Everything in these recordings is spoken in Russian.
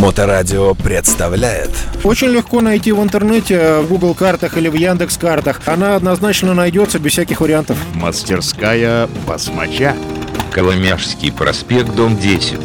Моторадио представляет. Очень легко найти в интернете, в Google картах или в Яндекс картах. Она однозначно найдется без всяких вариантов. Мастерская басмача. Коломяжский проспект, дом 10.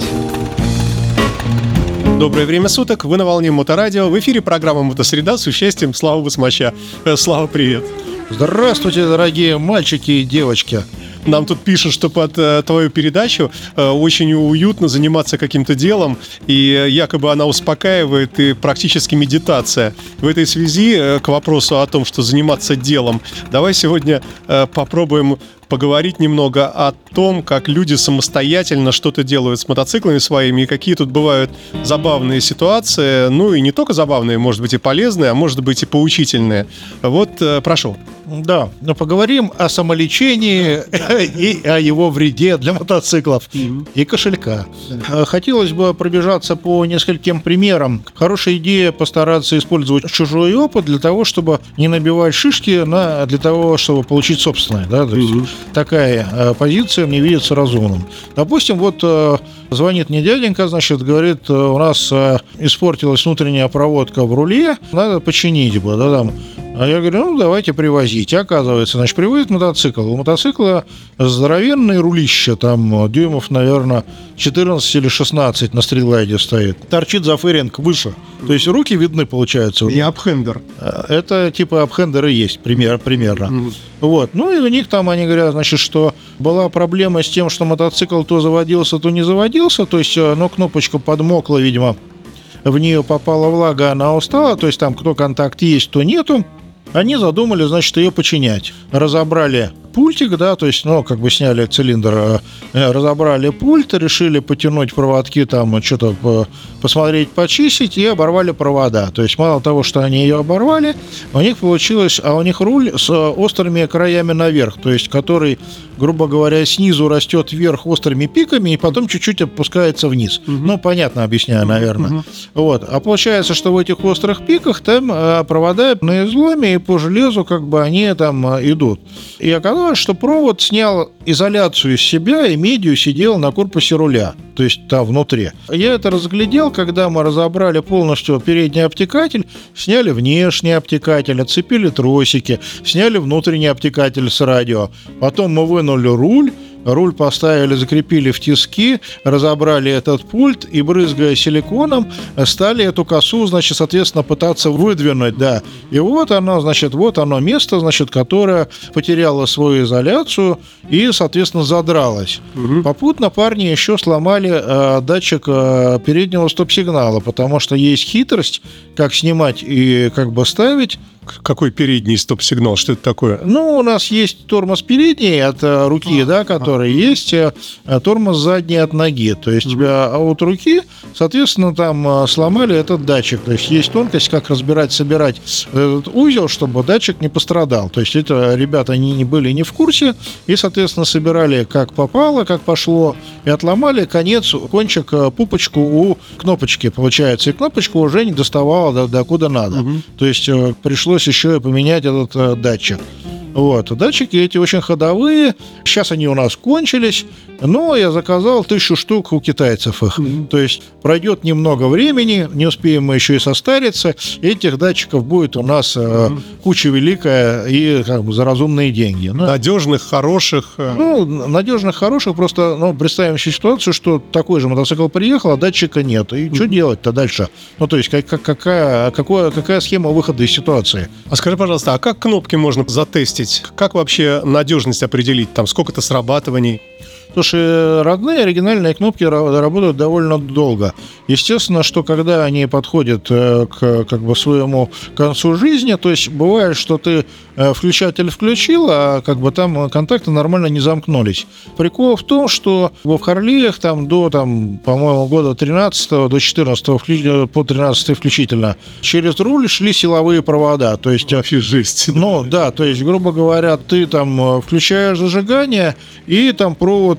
Доброе время суток, вы на волне Моторадио. В эфире программа «Мотосреда» с участием Славы Басмача. Слава, привет. Здравствуйте, дорогие мальчики и девочки. Нам тут пишут, что под твою передачу очень уютно заниматься каким-то делом, и якобы она успокаивает, и практически медитация. В этой связи к вопросу о том, что заниматься делом, давай сегодня попробуем поговорить немного о том, как люди самостоятельно что-то делают с мотоциклами своими, и какие тут бывают забавные ситуации, ну и не только забавные, может быть и полезные, а может быть и поучительные. Вот, прошу. Да, но поговорим о самолечении и о его вреде для мотоциклов и кошелька. Хотелось бы пробежаться по нескольким примерам. Хорошая идея постараться использовать чужой опыт для того, чтобы не набивать шишки, для того, чтобы получить собственное. Да? То есть такая позиция мне видится разумным. Допустим, вот звонит мне дяденька, значит, говорит, у нас испортилась внутренняя проводка в руле, надо починить бы, да, там. А я говорю, давайте привозите. Оказывается, значит, привозит мотоцикл. У мотоцикла здоровенное рулище, там дюймов, наверное, 14 или 16 на стритлайде стоит. Торчит заферинг выше. То есть руки видны, получается. И апхендер. Это типа апхендер и есть, примерно. Вот. Ну и у них там, они говорят, значит, что была проблема с тем, что мотоцикл то заводился, то не заводился. То есть, кнопочка подмокла, видимо, в нее попала влага, она устала. То есть там кто контакт есть, то нету. Они задумали, значит, ее починять. Разобрали пультик, да, то есть, сняли цилиндр, разобрали пульт, решили потянуть проводки, там, что-то посмотреть, почистить, и оборвали провода. То есть, мало того, что они ее оборвали, у них получилось, у них руль с острыми краями наверх, то есть, который, грубо говоря, снизу растет вверх острыми пиками, и потом чуть-чуть опускается вниз. Понятно объясняю, наверное. Вот. А получается, что в этих острых пиках там провода на изломе, и по железу, они там идут. И оказалось, что провод снял изоляцию из себя, и медиа сидел на корпусе руля, то есть там внутри. Я это разглядел, когда мы разобрали полностью передний обтекатель, сняли внешний обтекатель, отцепили тросики, сняли внутренний обтекатель с радио. Потом мы вынули руль поставили, закрепили в тиски, разобрали этот пульт и, брызгая силиконом, стали эту косу, значит, соответственно, пытаться выдвинуть, да. И вот оно место, значит, которое потеряло свою изоляцию и, соответственно, задралось. Попутно парни еще сломали датчик переднего стоп-сигнала, потому что есть хитрость, как снимать и ставить. Какой передний стоп-сигнал? Что это такое? У нас есть тормоз передний от руки, который есть, тормоз задний от ноги. То есть от руки, соответственно, там сломали этот датчик. То есть есть тонкость, как собирать этот узел, чтобы датчик не пострадал. То есть это ребята не были не в курсе и, соответственно, собирали как попало, как пошло, и отломали кончик, пупочку у кнопочки, получается. И кнопочка уже не доставала до куда надо. То есть пришлось еще и поменять этот датчик. Вот. Датчики эти очень ходовые. Сейчас они у нас кончились, но я заказал 1000 штук у китайцев их. То есть пройдет немного времени, не успеем мы еще и состариться. Этих датчиков будет у нас куча великая и за разумные деньги. Надежных, хороших. Надежных, хороших. Просто представим себе ситуацию, что такой же мотоцикл приехал, а датчика нет. И что делать-то дальше? То есть какая схема выхода из ситуации? А скажи, пожалуйста, а как кнопки можно затестить? Как вообще надежность определить? Там сколько-то срабатываний? Слушай, родные оригинальные кнопки работают довольно долго. Естественно, что когда они подходят к своему концу жизни, то есть бывает, что ты включатель включил, а там контакты нормально не замкнулись. Прикол в том, что в Харлеях до, по-моему, года 13-го, до 14-го, по 13-й включительно, через руль шли силовые провода. То есть, вообще жесть. То есть, грубо говоря, ты включаешь зажигание, и провод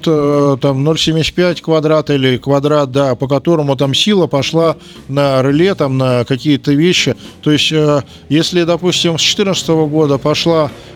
0,75 квадрат или квадрат, да, по которому сила пошла на реле, на какие-то вещи. То есть, если, допустим, с 2014 года пошла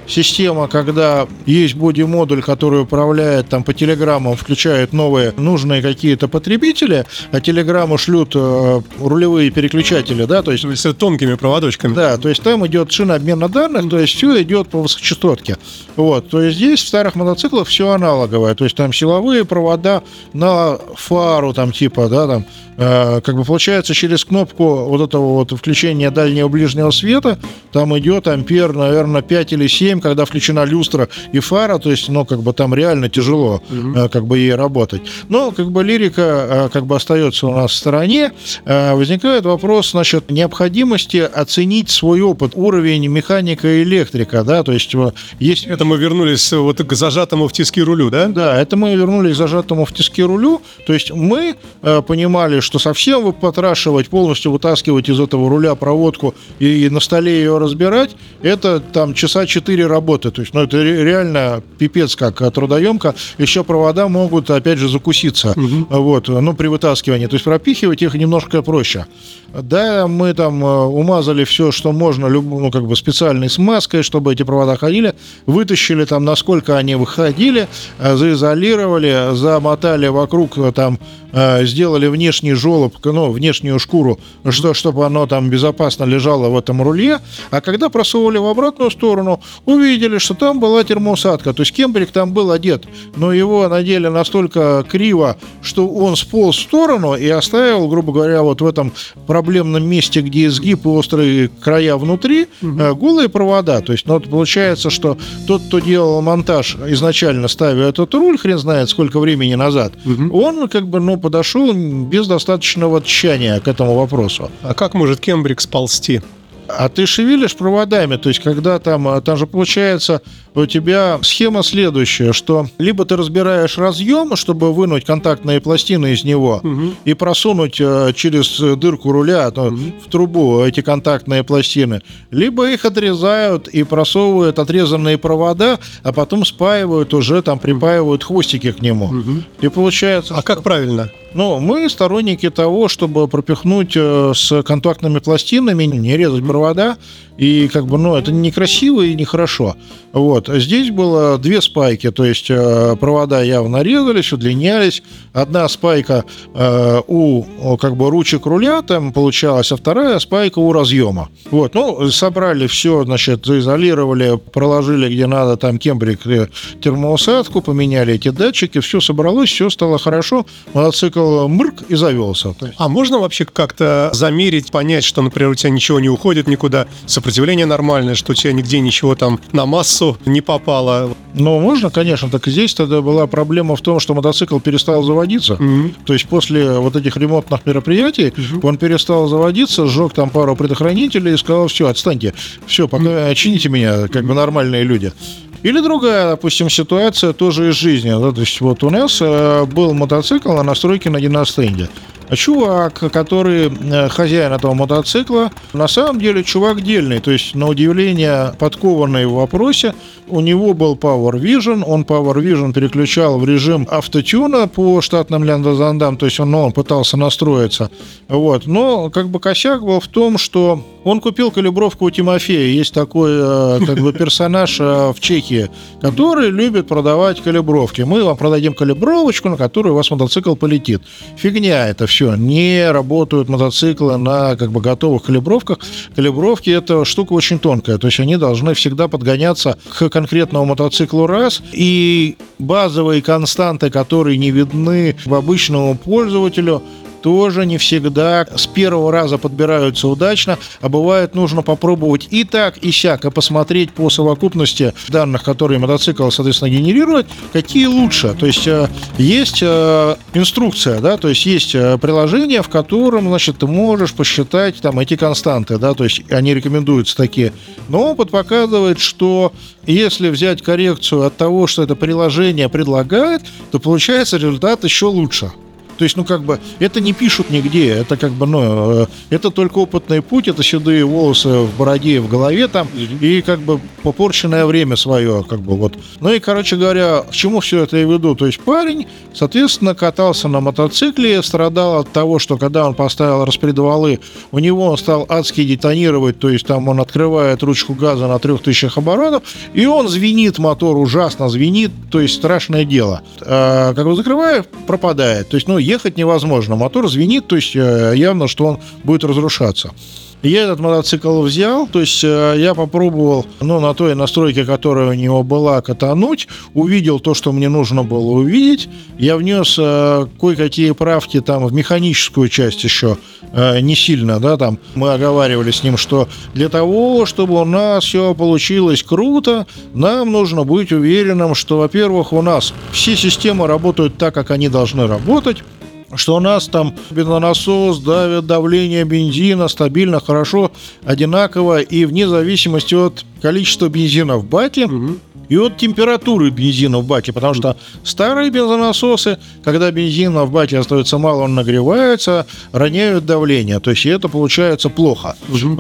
система, когда есть боди-модуль, который управляет там по телеграммам, включает новые нужные какие-то потребители, а телеграмму шлют рулевые переключатели, да, то есть тонкими проводочками. Да, то есть там идет шина обмена данных, то есть все идет по высокочастотке. Вот, то есть здесь в старых мотоциклах все аналоговое, то есть там силовые провода на фару, там типа, да, там как бы получается через кнопку вот этого вот включения дальнего ближнего света там идет ампер, наверное, 5 или 7, когда включена люстра и фара, то есть, ну, как бы там реально тяжело как бы ей работать. Но как бы лирика как бы остается у нас в стороне. Возникает вопрос, значит, необходимости оценить свой опыт, уровень механика и электрика, да, то есть есть... Это мы вернулись вот к зажатому в тиски рулю, да? Да, это мы вернулись к зажатому в тиски рулю, то есть мы понимали, что совсем вы потрашивать, полностью вытаскивать из этого руля проводку и на столе ее разбирать, это там часа 4 работы. То есть, ну, это реально пипец как трудоемко. Еще провода могут, опять же, закуситься. Вот, ну, при вытаскивании. То есть пропихивать их немножко проще. Да, мы там умазали все, что можно, ну, как бы специальной смазкой, чтобы эти провода ходили. Вытащили там, насколько они выходили, заизолировали, замотали вокруг, там, сделали внешний желоб, ну, внешнюю шкуру, чтобы оно там безопасно лежало в этом руле. А когда просовывали в обратную сторону, увидели, что там была термоусадка. То есть кембрик там был одет, но его надели настолько криво, что он сполз в сторону и оставил, грубо говоря, вот в этом проблемном месте, где изгиб и острые края внутри, голые провода. То есть, ну, вот получается, что тот, кто делал монтаж, изначально ставя этот руль, хрен знает сколько времени назад, он как бы, ну, подошел без достаточного тщания к этому вопросу. А как может кембрик сползти? А ты шевелишь проводами, то есть когда там же получается у тебя схема следующая, что либо ты разбираешь разъем, чтобы вынуть контактные пластины из него и просунуть через дырку руля в трубу эти контактные пластины, либо их отрезают и просовывают отрезанные провода, а потом спаивают уже, там припаивают хвостики к нему. И получается... А как правильно? Ну, мы сторонники того, чтобы пропихнуть с контактными пластинами, не резать провода, и как бы, ну, это некрасиво и нехорошо. Вот. Здесь было две спайки, то есть провода явно резались, удлинялись. Одна спайка у как бы ручек руля там получалась, а вторая спайка у разъема. Вот. Ну, собрали все, значит, заизолировали, проложили где надо там кембрик, термоусадку, поменяли эти датчики, все собралось, все стало хорошо, мотоцикл мырк и завелся. А можно вообще как-то замерить, понять, что, например, у тебя ничего не уходит никуда, сопротивление нормальное, что у тебя нигде ничего там на массу не попало? Ну, можно, конечно. Так здесь тогда была проблема в том, что мотоцикл перестал заводиться. То есть после вот этих ремонтных мероприятий он перестал заводиться, сжег там пару предохранителей и сказал: все, отстаньте, все, пока чините меня, как бы нормальные люди. Или другая, допустим, ситуация тоже из жизни. Да? То есть вот у нас был мотоцикл на настройке на династенде. Чувак, который хозяин этого мотоцикла, на самом деле чувак дельный, то есть, на удивление, подкованный в вопросе. У него был Power Vision, он Power Vision переключал в режим автотюна по штатным лендозондам, то есть он пытался настроиться. Вот. Но как бы косяк был в том, что он купил калибровку у Тимофея. Есть такой как бы персонаж в Чехии, который любит продавать калибровки. Мы вам продадим калибровочку, на которую у вас мотоцикл полетит. Фигня это все. Не работают мотоциклы на как бы готовых калибровках. Калибровки — это штука очень тонкая. То есть они должны всегда подгоняться к конкретному мотоциклу раз. И базовые константы, которые не видны обычному пользователю, тоже не всегда с первого раза подбираются удачно, а бывает нужно попробовать и так, и сяк, и посмотреть по совокупности данных, которые мотоцикл, соответственно, генерирует, какие лучше. То есть есть инструкция, да, то есть есть приложение, в котором, значит, ты можешь посчитать там эти константы, да, то есть они рекомендуются такие. Но опыт показывает, что если взять коррекцию от того, что это приложение предлагает, то получается результат еще лучше. То есть, это не пишут нигде, это это только опытный путь, это седые волосы в бороде и в голове там, и попорченное время свое, Ну и, короче говоря, к чему все это я веду? То есть парень, соответственно, катался на мотоцикле, страдал от того, что когда он поставил распредвалы, у него он стал адски детонировать, то есть там он открывает ручку газа на 3000 оборотов, и он звенит, мотор ужасно звенит, то есть страшное дело. Закрываю, пропадает, то есть, ехать невозможно, мотор звенит, то есть явно, что он будет разрушаться. Я этот мотоцикл взял, то есть я попробовал, на той настройке, которая у него была, катануть, увидел то, что мне нужно было увидеть. Я внес кое-какие правки там в механическую часть еще, не сильно, там мы оговаривали с ним, что для того, чтобы у нас все получилось круто, нам нужно быть уверенным, что, во-первых, у нас все системы работают так, как они должны работать, что у нас там бензонасос давит давление бензина стабильно, хорошо, одинаково, и вне зависимости от количества бензина в баке и от температуры бензина в баке, потому что старые бензонасосы, когда бензина в баке остается мало, он нагревается, роняют давление, то есть это получается плохо.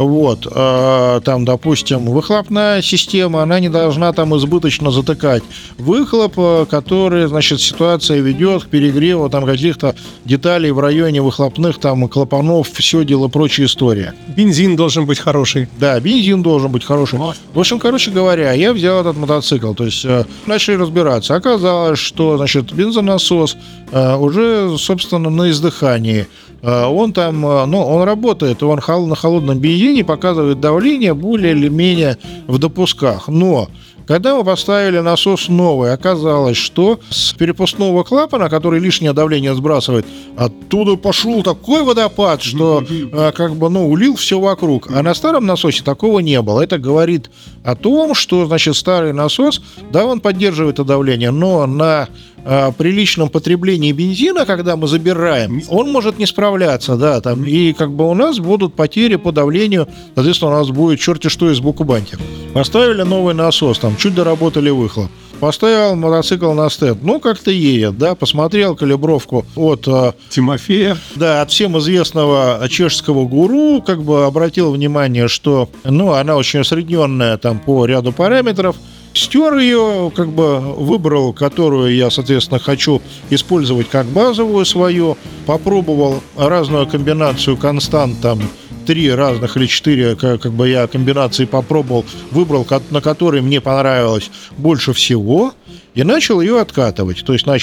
Там, допустим, выхлопная система, она не должна там избыточно затыкать выхлоп, который, ситуация ведет к перегреву там каких-то деталей в районе выхлопных там клапанов, все дело, прочая история. Бензин должен быть хороший. Да, бензин должен быть хороший. В общем, короче говоря, я взял этот мотоцикл, то есть начали разбираться. Оказалось, что, бензонасос уже, собственно, на издыхании. Он там, он работает, он на холодном бензине показывает давление более или менее в допусках. Но когда мы поставили насос новый, оказалось, что с перепускного клапана, который лишнее давление сбрасывает, оттуда пошел такой водопад, что улил все вокруг. А на старом насосе такого не было. Это говорит о том, что, старый насос, да, он поддерживает это давление, но на приличном потреблении бензина, когда мы забираем, он может не справляться, да, там, и у нас будут потери по давлению, соответственно, у нас будет черти что из букубанки. Поставили новый насос, там, чуть доработали выхлоп. Поставил мотоцикл на стенд, как-то едет, да, посмотрел калибровку от Тимофея. Да, от всем известного чешского гуру, обратил внимание, что, она очень усредненная там по ряду параметров. Стер ее, выбрал, которую я, соответственно, хочу использовать как базовую свою. Попробовал разную комбинацию констант, там, 3 разных или 4, я комбинации попробовал, выбрал, на которой мне понравилось больше всего, и начал ее откатывать.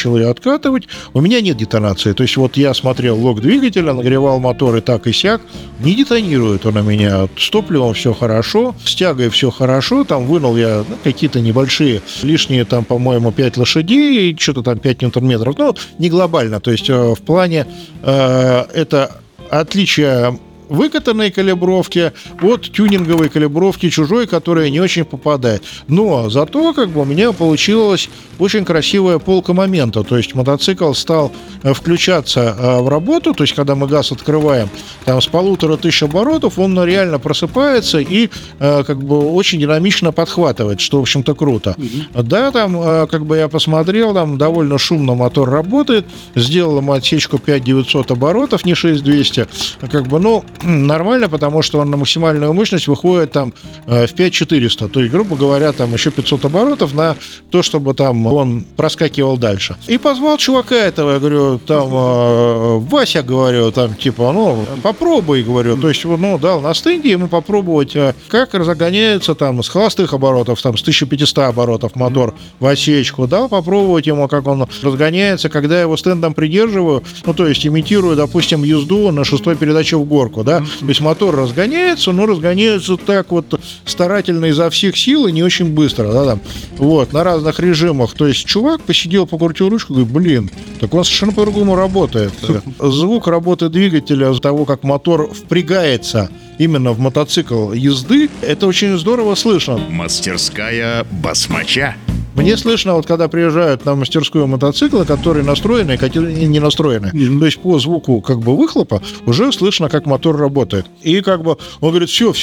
У меня нет детонации. То есть я смотрел лог двигателя, нагревал мотор и так и сяк. Не детонирует он у меня. С топливом все хорошо, с тягой все хорошо. Там вынул я какие-то небольшие, лишние там, по-моему, 5 лошадей, что-то там 5 ньютон-метров. Не глобально. То есть в плане это отличие выкатанной калибровки от тюнинговой калибровки чужой, которая не очень попадает. Но зато у меня получилась очень красивая полка момента. То есть мотоцикл стал включаться в работу, то есть когда мы газ открываем, там с 1500 оборотов он реально просыпается и очень динамично подхватывает, что, в общем-то, круто. Да, там, я посмотрел, там довольно шумно мотор работает, сделал ему отсечку 5900 оборотов, не 6200, нормально, потому что он на максимальную мощность выходит там в 5400, то есть, грубо говоря, там еще 500 оборотов на то, чтобы там он проскакивал дальше. И позвал чувака этого, я говорю, там, Вася, говорю, там, попробуй, говорю, то есть, дал на стенде ему попробовать, как разгоняется там с холостых оборотов, там, с 1500 оборотов мотор в отсечку, дал попробовать ему, как он разгоняется, когда я его стендом придерживаю, то есть, имитирую, допустим, езду на 6-й передаче в горку, да, то есть мотор разгоняется, но разгоняется так старательно изо всех сил и не очень быстро, да, там, на разных режимах. То есть чувак посидел, покрутил ручку, говорит, так он совершенно по-другому работает. Звук работы двигателя, того, как мотор впрягается именно в мотоцикл езды, это очень здорово слышно. Мастерская басмача. Мне слышно, вот когда приезжают на мастерскую мотоциклы, которые настроены, которые не настроены. То есть по звуку как бы выхлопа уже слышно, как мотор работает. И как бы он говорит, все.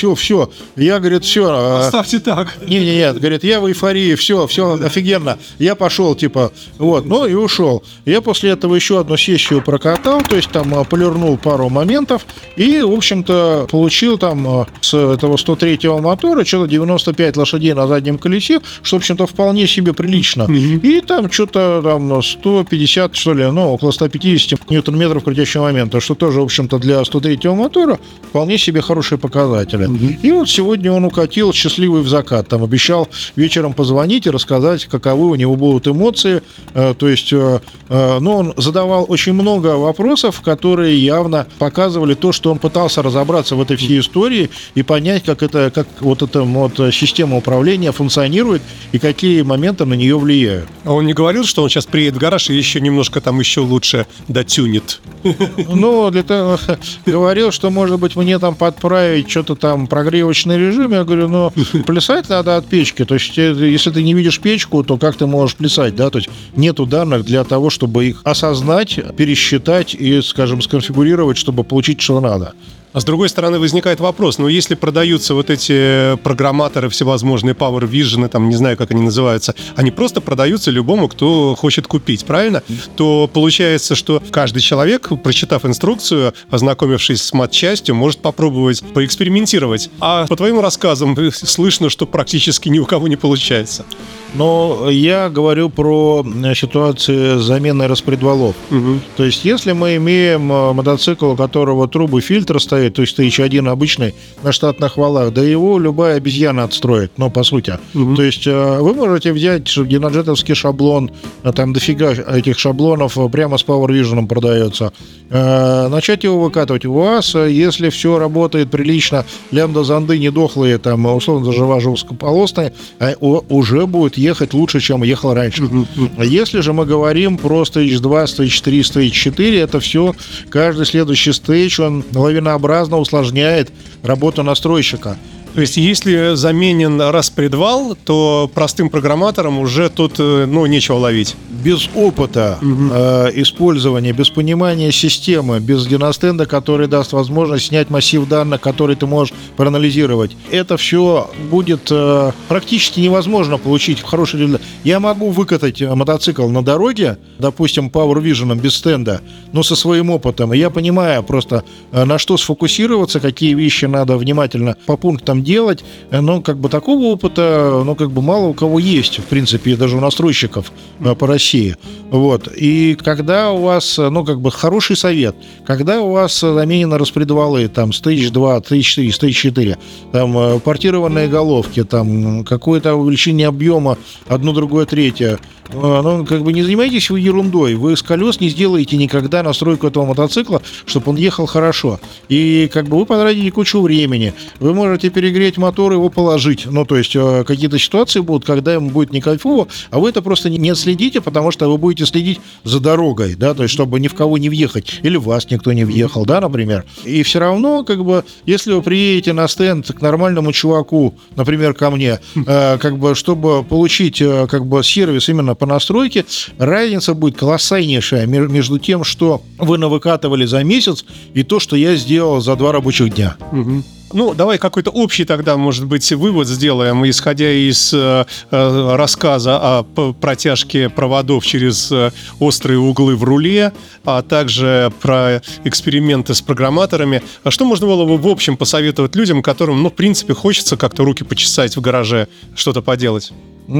Я, говорит, все. Оставьте так. Нет, говорит, я в эйфории, все офигенно. Я пошел, типа, вот, ну и ушел. Я после этого еще одну сессию прокатал, то есть там полирнул пару моментов и, в общем-то, получил там с этого 103-го мотора что-то 95 лошадей на заднем колесе, что, в общем-то, вполне себе прилично. И там что-то там 150, что ли, ну, около 150 ньютон-метров крутящего момента, что тоже, в общем-то, для 103-го мотора вполне себе хорошие показатели. И вот сегодня он укатил счастливый в закат. Там обещал вечером позвонить и рассказать, каковы у него будут эмоции. То есть, ну, он задавал очень много вопросов, которые явно показывали то, что он пытался разобраться в этой всей истории и понять, как вот эта вот система управления функционирует и какие моменты на нее влияют. А он не говорил, что он сейчас приедет в гараж и еще немножко там еще лучше дотюнит? Ну, для того, говорил, что, может быть, мне там подправить что-то там прогревочный режим. Я говорю, ну, плясать надо от печки. То есть, если ты не видишь печку, то как ты можешь плясать, да? То есть, нету данных для того, чтобы их осознать, пересчитать и, скажем, сконфигурировать, чтобы получить, что надо. А с другой стороны возникает вопрос, если продаются вот эти программаторы всевозможные, Power Vision, там, не знаю, как они называются, они просто продаются любому, кто хочет купить, правильно? То получается, что каждый человек, прочитав инструкцию, ознакомившись с матчастью, может попробовать поэкспериментировать. А по твоим рассказам слышно, что практически ни у кого не получается. Но я говорю про ситуации с заменой распредвалов. То есть, если мы имеем мотоцикл, у которого трубы, фильтр стоит, то есть Stage 1 обычный на штатных валах, да его любая обезьяна отстроит, но по сути. То есть, вы можете взять динаджетовский шаблон, там дофига этих шаблонов прямо с Power Vision продается, начать его выкатывать. У вас, если все работает прилично, лямбда-зонды не дохлые, там, условно даже узкополосные, уже будет ехать лучше, чем ехал раньше. Если же мы говорим про Stage 2, Stage 3, Stage 4, это все, каждый следующий стейдж, он лавинообразно усложняет работу настройщика. То есть, если заменен распредвал, то простым программаторам уже тут, нечего ловить. Без опыта использования, без понимания системы, без диностенда, который даст возможность снять массив данных, который ты можешь проанализировать, это все будет практически невозможно получить хороший результат. Я могу выкатать мотоцикл на дороге, допустим, Power Vision без стенда, но со своим опытом. И я понимаю просто, на что сфокусироваться, какие вещи надо внимательно по пунктам делать, но такого опыта, мало у кого есть, в принципе, даже у настройщиков по России. Вот. И когда у вас, хороший совет, когда у вас заменены распредвалы, там, Stage 2, Stage 4, Stage 4, там, портированные головки, там, какое-то увеличение объема, одно, другое, третье, не занимайтесь вы ерундой, вы с колес не сделаете никогда настройку этого мотоцикла, чтобы он ехал хорошо. И вы потратите кучу времени, вы можете перегреть мотор и его положить. Какие-то ситуации будут, когда ему будет не кайфово, а вы это просто не отследите, потому что вы будете следить за дорогой, да, то есть чтобы ни в кого не въехать, или в вас никто не въехал, да, например. И все равно, если вы приедете на стенд к нормальному чуваку, например, ко мне, чтобы получить, сервис именно по настройке, разница будет колоссальнейшая между тем, что вы навыкатывали за месяц, и то, что я сделал за 2 рабочих дня. Давай какой-то общий тогда, может быть, вывод сделаем, исходя из рассказа о протяжке проводов через острые углы в руле, а также про эксперименты с программаторами. А что можно было бы в общем посоветовать людям, которым, в принципе, хочется как-то руки почесать в гараже, что-то поделать?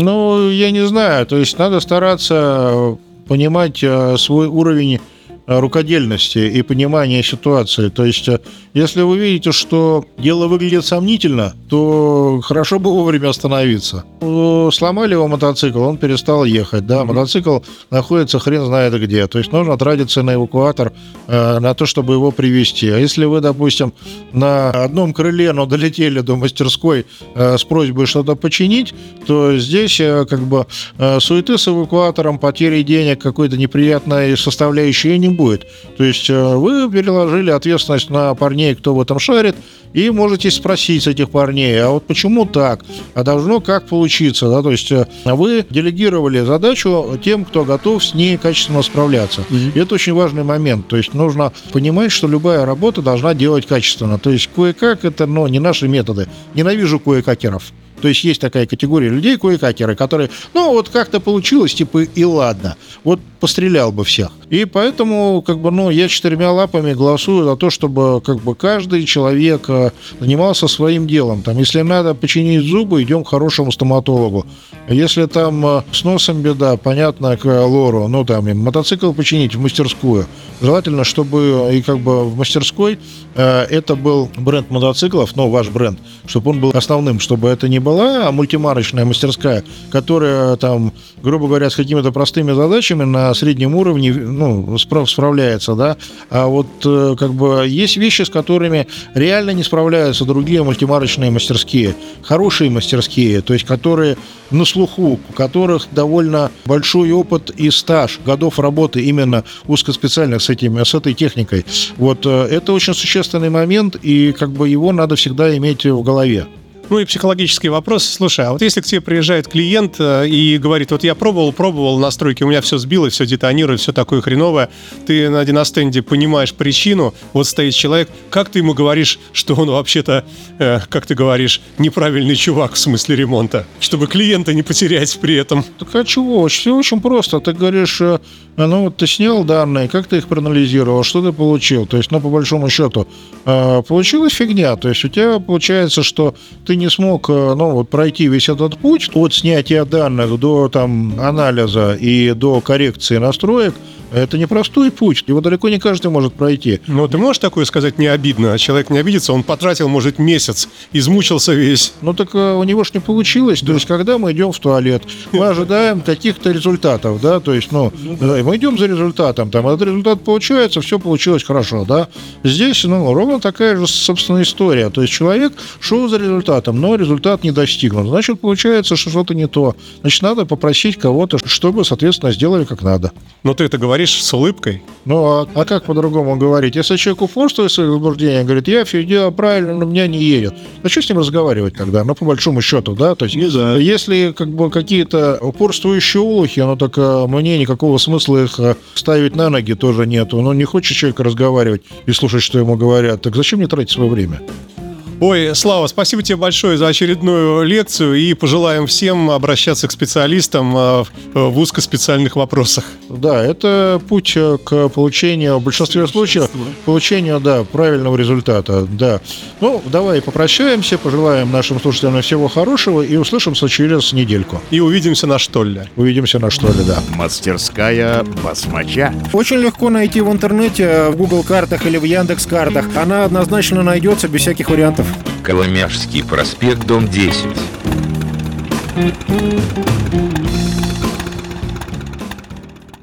Я не знаю, то есть надо стараться понимать свой уровень рукодельности и понимания ситуации. То есть, если вы видите, что дело выглядит сомнительно, то хорошо бы вовремя остановиться. Сломали его мотоцикл, он перестал ехать, да, мотоцикл находится хрен знает где, то есть нужно тратиться на эвакуатор, на то, чтобы его привезти. А если вы, допустим, на одном крыле, но долетели до мастерской с просьбой что-то починить, то здесь суеты с эвакуатором, потери денег, какой-то неприятной составляющей не будет. То есть вы переложили ответственность на парней, кто в этом шарит, и можете спросить с этих парней, а вот почему так, а должно как получиться, да, то есть вы делегировали задачу тем, кто готов с ней качественно справляться. И это очень важный момент, то есть нужно понимать, что любая работа должна делать качественно, то есть кое-как это, не наши методы. Ненавижу кое-какеров. То есть есть такая категория людей, кое-какеры, которые, вот как-то получилось, типа, и ладно. Вот пострелял бы всех. И поэтому, я 4 лапами голосую за то, чтобы, каждый человек занимался своим делом. Там, если надо починить зубы, идем к хорошему стоматологу. Если там с носом беда, понятно, к лору, мотоцикл починить в мастерскую. Желательно, чтобы и в мастерской это был бренд мотоциклов, ваш бренд, чтобы он был основным, чтобы это не была мультимарочная мастерская, которая там, грубо говоря, с какими-то простыми задачами на среднем уровне справляется, да, а вот есть вещи, с которыми реально не справляются другие мультимарочные мастерские, хорошие мастерские, то есть которые на слуху, у которых довольно большой опыт и стаж годов работы именно узкоспециальных с этой техникой. Вот это очень существенный момент, и его надо всегда иметь в голове. И психологический вопрос. Слушай, а вот если к тебе приезжает клиент и говорит, вот я пробовал настройки, у меня все сбилось, все детонирует, все такое хреновое, ты на стенде понимаешь причину, вот стоит человек, как ты ему говоришь, что он вообще-то, как ты говоришь, неправильный чувак в смысле ремонта, чтобы клиента не потерять при этом? Так а чего? Все очень просто. Ты говоришь, ты снял данные, как ты их проанализировал, что ты получил? То есть, по большому счету, получилась фигня. То есть у тебя получается, что ты не смог пройти весь этот путь от снятия данных до анализа и до коррекции настроек. Это непростой путь, его далеко не каждый может пройти. Ты можешь такое сказать не обидно? Человек не обидится, он потратил, может, месяц, измучился весь. Так у него ж не получилось. То есть, когда мы идем в туалет, мы ожидаем каких-то результатов, да, то есть, мы идем за результатом, этот результат получается, все получилось хорошо, да. Здесь, ровно такая же, собственно, история. То есть, человек шел за результатом, но результат не достигнут. Значит, получается, что что-то не то. Значит, надо попросить кого-то, чтобы, соответственно, сделали как надо. Но ты это говоришь с улыбкой. А как по-другому говорить? Если человек упорствует в своих заблуждениях, говорит, я все делаю правильно, но у меня не едет. Что с ним разговаривать тогда? По большому счету, да? То есть, если какие-то упорствующие олухи, так мне никакого смысла их ставить на ноги тоже нету. Не хочет человек разговаривать и слушать, что ему говорят. Так зачем мне тратить свое время? Ой, Слава, спасибо тебе большое за очередную лекцию и пожелаем всем обращаться к специалистам в узкоспециальных вопросах. Да, это путь к получению, в большинстве случаев, получению, правильного результата, да. Давай попрощаемся, пожелаем нашим слушателям всего хорошего и услышимся через недельку. И увидимся на Штолле. Да. Мастерская Басмача. Очень легко найти в интернете, в Google картах или в Яндекс картах. Она однозначно найдется без всяких вариантов. Коломяжский проспект, дом 10.